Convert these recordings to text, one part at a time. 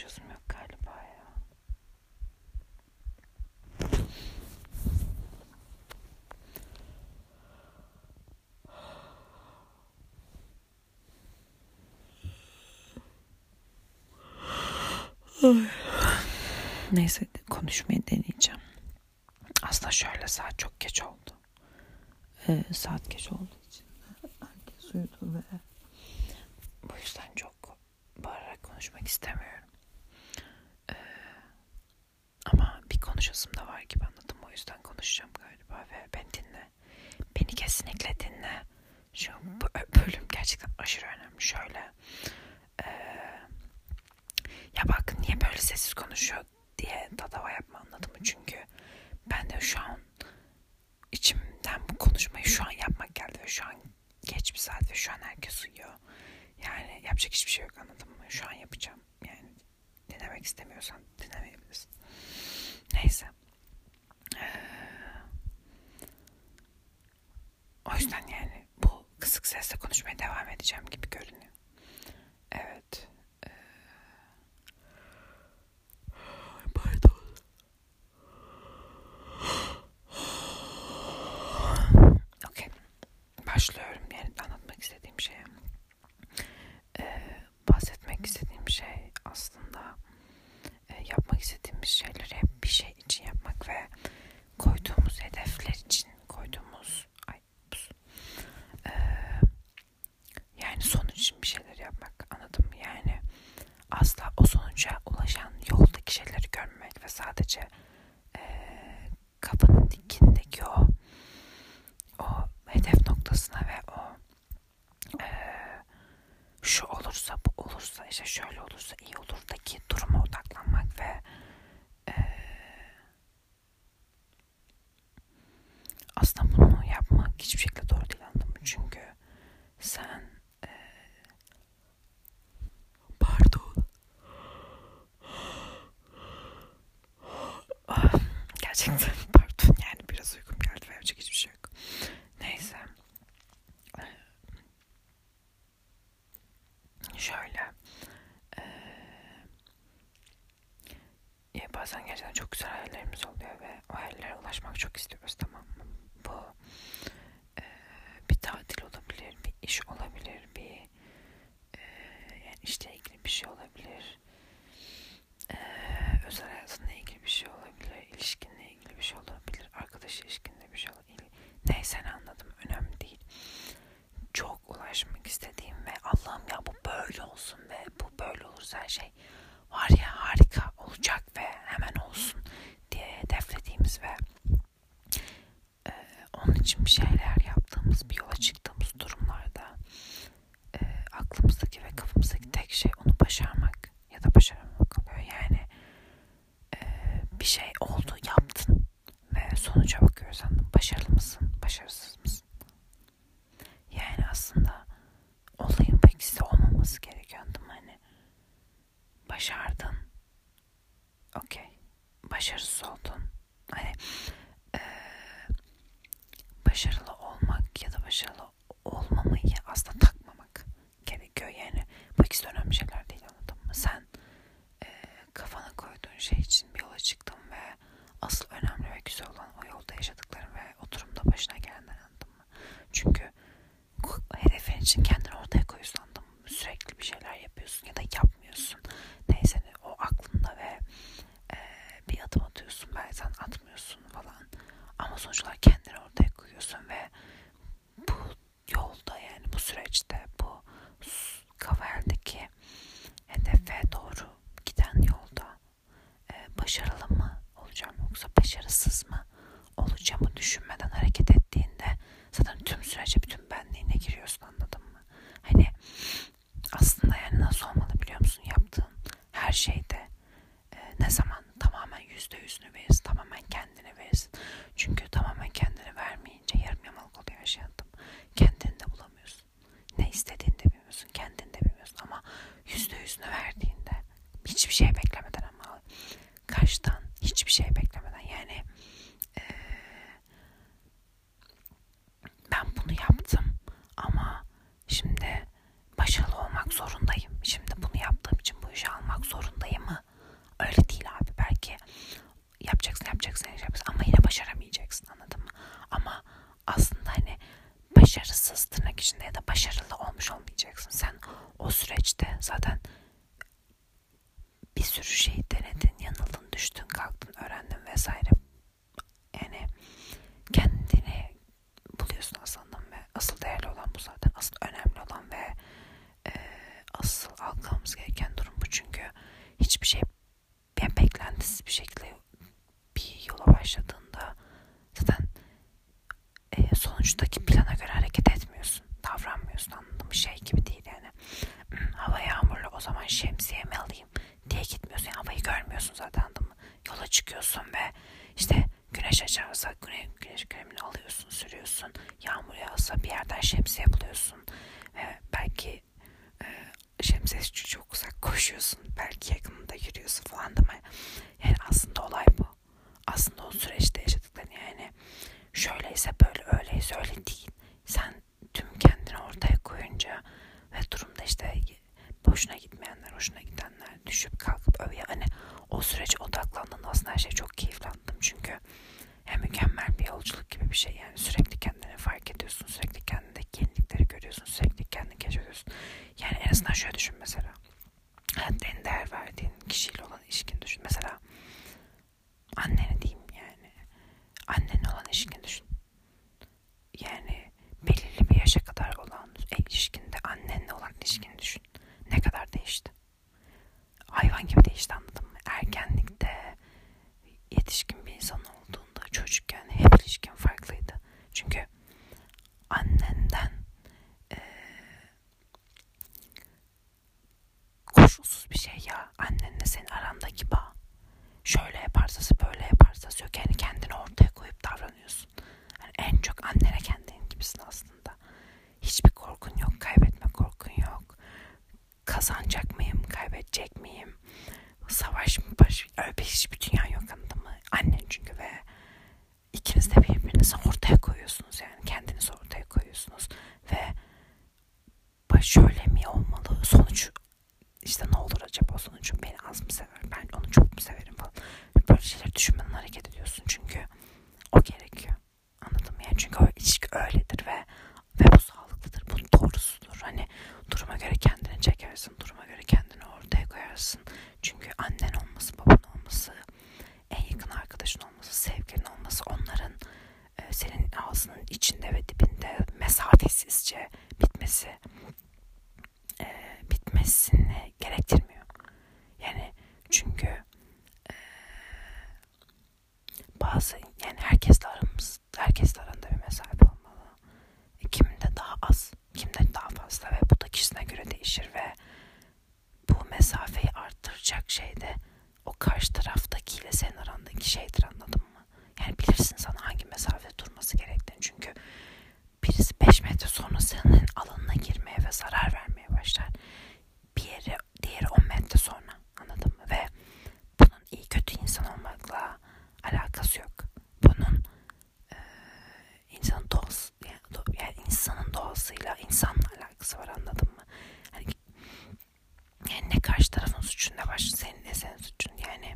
konuşasım yok galiba ya. Neyse, konuşmayı deneyeceğim. Aslında şöyle, saat çok geç oldu. Saat geç olduğu için herkes uyudu ve bu yüzden çok bağırarak konuşmak istemiyorum. Ama bir konuşasım da var gibi, anladım. O yüzden konuşacağım galiba ve beni dinle. Beni kesinlikle dinle. Şu bölüm gerçekten aşırı önemli. Şöyle ya bak, niye böyle sessiz konuşuyor diye dadava yapma, anladın mı? Çünkü ben de şu an içimden bu konuşmayı şu an yapmak geldi ve şu an geç bir saat ve şu an herkes uyuyor. Yani yapacak hiçbir şey yok, anladın mı? Şu an yapacağım. Yani dinlemek istemiyorsan dinlemeyebilirsin. Neyse. O yüzden yani bu kısık sesle konuşmaya devam edeceğim gibi görünüyor. Evet. Pardon. Okey. Başlıyorum yani anlatmak istediğim şeye. Bahsetmek istediğim şey aslında yapmak istediğimiz şeyleri hep bir şey için yapmak ve koyduğumuz hedefler için yani sonuç için bir şeyler yapmak, anladın mı? Yani asla o sonuca ulaşan yoldaki şeyleri görmemek ve sadece kafanın dikindeki o hedef noktasına ve o şu olursa, bu olursa, işte şöyle olursa iyi olurdaki duruma odaklanmak ve aslında bunu yapmak hiçbir şekilde doğru değil, anladın mı? Çünkü sen pardon gerçekten pardon, yani biraz uykum geldi ve yapacak hiçbir şey yok. Neyse, şöyle bazen gerçekten çok güzel hayallerimiz oluyor ve o hayallere ulaşmak çok istiyoruz, tamam mı? Bu bir tatil olabilir, bir iş olabilir, bir yani işle ilgili bir şey olabilir, özel hayatınla ilgili bir şey olabilir, ilişkinle ilgili bir şey olabilir, arkadaş ilişkinle bir şey olabilir. Neyse, ne anladım, önemli değil. Çok ulaşmak istediğim ve Allah'ım ya bu böyle olsun ve bu böyle olursa her şey var ya harika olacak ve hemen olsun diye hedeflediğimiz ve onun için bir şeyler yaptığımız, bir yola çıktığımız durumlarda aklımızdaki ve kafamızdaki tek şey onu başarmak ya da başaramamak oluyor. Yani bir şey oldu, yaptın ve sonuca bakıyoruz, başarılı mısın, başarısız mısın? Yani aslında olayın bu ikisi de olmaması gerekiyor, anladın mı? Hani başardın, okey, başarısız oldun, hani başarılı olmak ya da başarılı olmamayı aslında takmamak gerekiyor. Yani bu ikisi de önemli şeyler değil, anladın mı? Sen kafana koyduğun şey için bir yola çıktın ve asıl önemli ve güzel olan o yolda yaşadıkların ve o durumda başına gelenler, anladın mı? Çünkü hedefin için kendini ortaya koyuyorsun, anladın mı? Sürekli bir şeyler yapıyorsun ya da yapmıyorsun. Neyse, o aklında ve bir adım atıyorsun, bazen atmıyorsun falan. Ama sonuç olarak kendini ortaya koyuyorsun ve bu yolda, yani bu süreçte, bu kafandaki hedefe doğru giden yolda başarılı mı olacağım yoksa başarısız mı olacağımı düşünmeden hareket ettiğinde zaten tüm sürece bütün benliğine giriyorsun, anladın mı? koşuyorsun, belki yakınında yürüyorsun falan da. Yani aslında olay bu. Aslında o süreçte yaşadıkların, yani şöyleyse böyle, öyleyse öyle değil. Sen tüm kendini ortaya koyunca ve durumda işte hoşuna gitmeyenler, hoşuna gidenler, düşüp kalkıp öyle, hani o sürece odaklandığında aslında her şey çok keyifli, anladım. Çünkü yani mükemmel bir yolculuk gibi bir şey. Yani sürekli kendini fark ediyorsun, sürekli kendindeki yenilikleri görüyorsun, sürekli kendini keşfediyorsun. Yani en azından şöyle düşün mesela. Hayatta en değer verdiğin kişiyle olan ilişkini düşün. Mesela anneni diyeyim yani. Annenle olan ilişkini düşün. Yani belirli bir yaşa kadar olan ilişkinde annenle olan ilişkini düşün. Ne kadar değişti? Hayvan gibi değişti, anladın mı? Ergenlikte, yetişkin bir insan olduğunda, çocukken hep ilişkin farklıydı. Çünkü annenden koşulsuz bir şey ya. Annenle senin arandaki bağ. Şöyle yaparsası, böyle yaparsası yok. Yani kendini ortaya koyup davranıyorsun. Yani en çok annene kendin gibisin aslında. Hiçbir korkun yok, kaybetme korkun yok. Kazanacak mıyım, kaybedecek miyim? Savaş mı, barış mı? Öyle hiçbir dünya yok, anladın mı? Annen çünkü ve ikiniz de birbirinizi ortaya koyuyorsunuz, yani kendinizi ortaya koyuyorsunuz ve şöyle mi olmalı, sonuç işte ne olur acaba, sonucu beni az mı sever, ben onu çok mu severim falan, böyle şeyler düşünmeden hareket ediyorsun çünkü o gerekiyor, anladın mı? Yani çünkü o ilişki öyledir ve bu sağlıklıdır, bu doğrusudur. Hani duruma göre kendini çekersin, duruma göre kendini ortaya koyarsın, çünkü annen olması, baban olması, en yakın arkadaşın olması, sevgilin olması, onların senin ağzının içinde ve dibinde mesafesizce bitmesini gerektirmiyor. Yani çünkü yani herkesle aranda bir mesafe olmalı. Kiminde daha az, kiminde daha fazla ve bu da kişisine göre değişir ve bu mesafeyi arttıracak şey de o karşı taraftakiyle senin arandaki şeydir, anladın mı? Yani bilirsin sana hangi mesafede durması gerektiğini, çünkü birisi 5 metre sonra senin alanına girmeye ve zarar vermeye başlar. Diğeri 10 metre sonra, anladın mı? Ve bunun iyi kötü insan olmakla alakası yok. Bunun insanın doğası, yani insanın doğasıyla, insanla alakası var, anladın mı? Yani ne karşı tarafın suçun, ne senin ne senin suçun, yani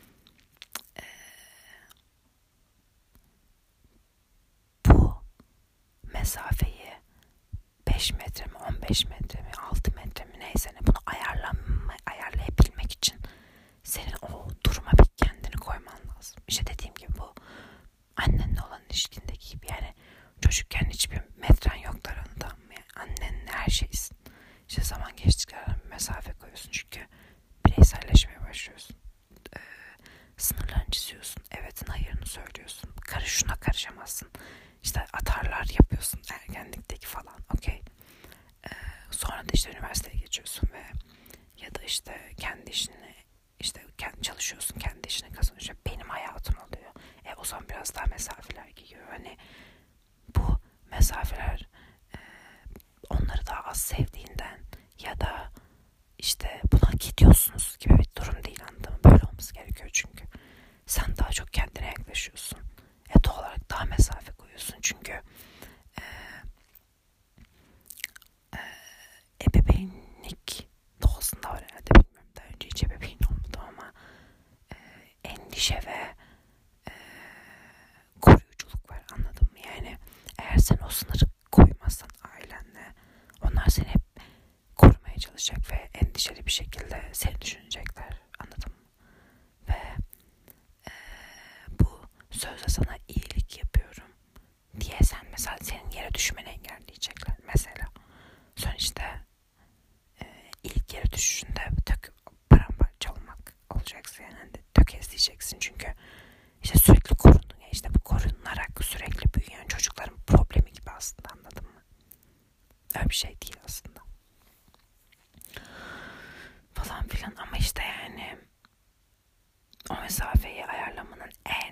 bu mesafeyi 5 metre mi, 15 metre mi, 6 metre mi, neyse ne, bunu ayarlayabilmek için senin o duruma bir kendini koyman lazım. İşte dediğim gibi bu annenle olan ilişkindeki gibi, yani çocukken hiçbir metren yoktu aranda, yani annenle her şeysin. İşte zaman geçtikçe arana bir mesafe koyuyorsun çünkü bireyselleşmeye başlıyorsun. Sınırlarını çiziyorsun. Evetin hayırını söylüyorsun. Şuna karışamazsın. İşte atarlar yapıyorsun ergenlikteki falan. Okey. Sonra da işte üniversiteye geçiyorsun ve ya da işte kendi işini, işte kendi çalışıyorsun, kendi işini kazanıyorsun. Benim hayatım oluyor. O zaman biraz daha mesafeler giyiyor. Hani bu mesafeler onları daha az sevdiğinden ya da işte buna gidiyorsunuz gibi bir durum değil, anladın mı? Böyle olması gerekiyor çünkü. Sen daha çok kendine yaklaşıyorsun. Doğal olarak daha mesafe koyuyorsun çünkü ebeveynlik doğasında var herhalde, bilmiyorum. Daha önce hiç ebeveyn olmadım ama endişe ve koruyuculuk var, anladın mı? Yani eğer sen o sınırı koymazsan ailenle, onlar seni hep korumaya çalışacak ve endişeli bir şekilde seni düşünecekler, anladın mı? Ve bu sözde sana iyilik yapıyorum diye sen mesela senin yere düşmeni engelleyecekler mesela. Sonra işte ilk yere düşüşünde paramparça olacaksın, yani tökezleyeceksin çünkü işte sürekli korundun ya, işte bu korunarak sürekli büyüyen çocukların problemi gibi aslında, anladın mı? Öyle bir şey değil aslında. Falan filan ama işte yani o mesafeyi ayarlamanın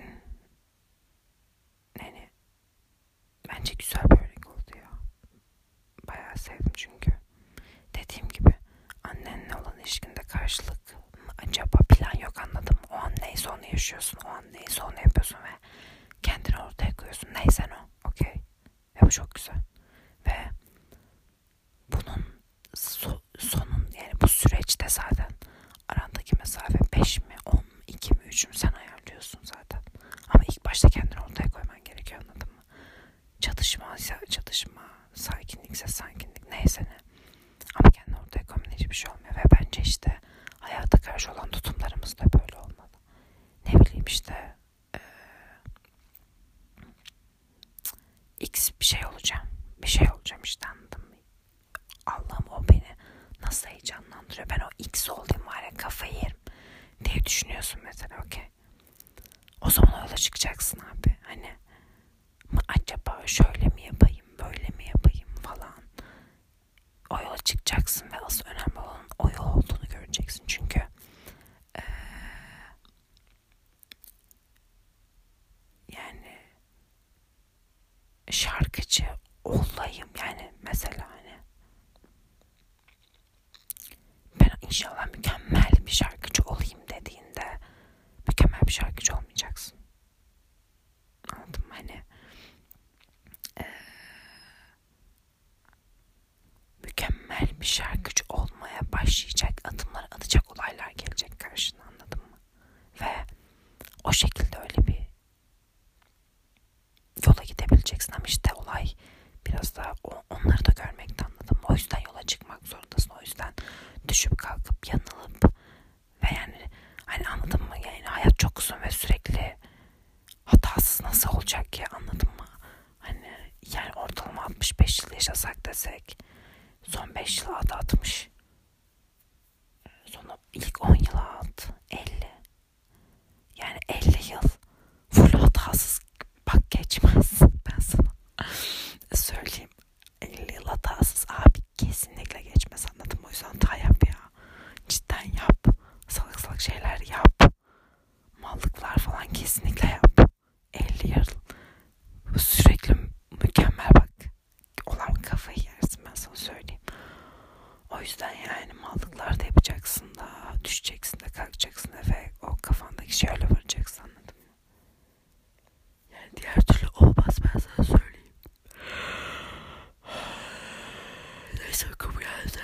yani bence güzel bir örnek oldu ya. Bayağı sevdim çünkü dediğim gibi annenle olan ilişkinde karşılık acaba plan yok, anladın mı? O an neyse onu yaşıyorsun, o an neyse onu yapıyorsun ve kendini ortaya koyuyorsun. Neysen o, okey. Ve bu çok güzel. Ve bunun sonun, yani bu süreçte zaten arandaki mesafe 5 mi, 10 mu, 2 mi, 3 mü sen ayarlıyorsun zaten. Ama ilk başta kendini ortaya koyman gerekiyor, anladın mı? Çatışma ise çatışma, sakinlikse sakinlik, neyse ne. Ama kendini ortaya koyman hiçbir şey olmuyor. Ve bence işte hayata karşı olan tutumlarımız da böyle olmalı. Ne bileyim işte X bir şey olacağım. Bir şey olacağım işte, anladın mı? Allah'ım, o beni nasıl heyecanlandırıyor. Ben o X olayım var ya, kafayı yerim diye düşünüyorsun mesela, okey. O zaman yola çıkacaksın abi. Hani acaba şöyle mi yapayım, böyle mi yapayım falan. O yola çıkacaksın ve asıl önemli olan o yol olduğunu göreceksin. Çünkü yani şarkıcı olayım yani mesela, hani ben inşallah mükemmel bir şarkıcı olayım dediğinde mükemmel bir şarkıcı olmayacaksın. Anladın mı? Hani mükemmel bir şarkıcı olmaya başlayacak adımlar atacak olaylar gelecek karşına, anladın mı? Ve o şekilde öyle bir yola gidebileceksin. Ama işte olay biraz daha onları da görmekte, anladın mı? O yüzden yola çıkmak zorundasın. O yüzden düşüp kalkıp yanılıp ve yani hani, anladın mı? Yani hayat çok uzun ve sürekli hatasız nasıl olacak ki, anladın mı? Hani yani ortalama 65 yıl yaşasak desek, son 5 yıl at 60, sonra ilk 10 yıl at 50, yani 50 yıl full hatasız bak geçmez, ben sana söyleyeyim. 50 yıl hatasız abi kesinlikle geçmez, anladın mı? O yüzden hata yap ya, cidden yap, salak salak şeyler yap, mallıklar falan kesinlikle yap. 50 yıl sürekli mükemmel bak olan kafayı yersin, ben sana söyleyeyim. O yüzden yani mallıklar da yapacaksın da, düşeceksin de, kalkacaksın da ve o kafandaki şey öyle varacaksın, anladın mı? Yani diğer türlü olmaz, ben sana söyleyeyim. Neyse, uykum geldi.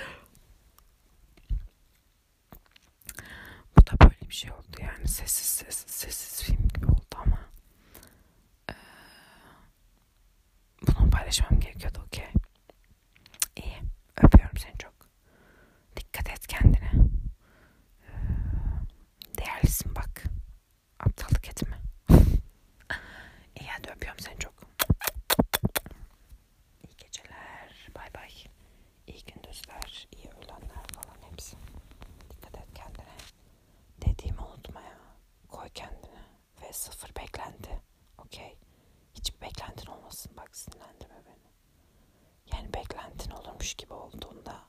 Bu da böyle bir şey oldu yani, sessiz film gibi oldu ama bunu paylaşmam gerekiyordu, okey. İyi, öpüyorum seni çok. Dikkat et kendine. Değerlisin bak. Aptallık etme. İyi, hadi öpüyorum seni çok. İyi geceler. Bay bay. İyi gündüzler. İyi öğlenler falan hepsi. Dikkat et kendine. Dediğimi unutma ya. Koy kendine. Ve sıfır beklenti. Okey. Hiçbir beklentin olmasın. Bak, sinirlendirme beni. Yani beklentin olurmuş gibi olduğunda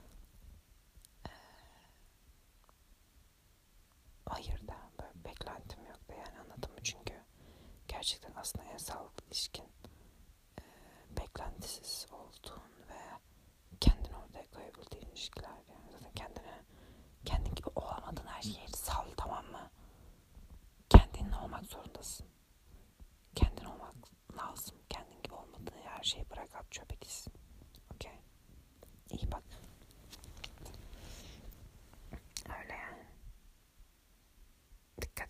hayır da, böyle beklentim yok da, yani anladın mı? Çünkü gerçekten aslında en sağlıklı ilişkin beklentisiz olduğun ve kendini ortaya koyabildiğin ilişkiler. Yani zaten kendin gibi olamadığın her şeyi sal, tamam mı? Kendinle olmak zorundasın. Kendin olmak lazım. Kendin gibi olmadığın her şeyi bırak, at çöpe gitsin. Okey. İyi bak. Öyle yani. Dikkat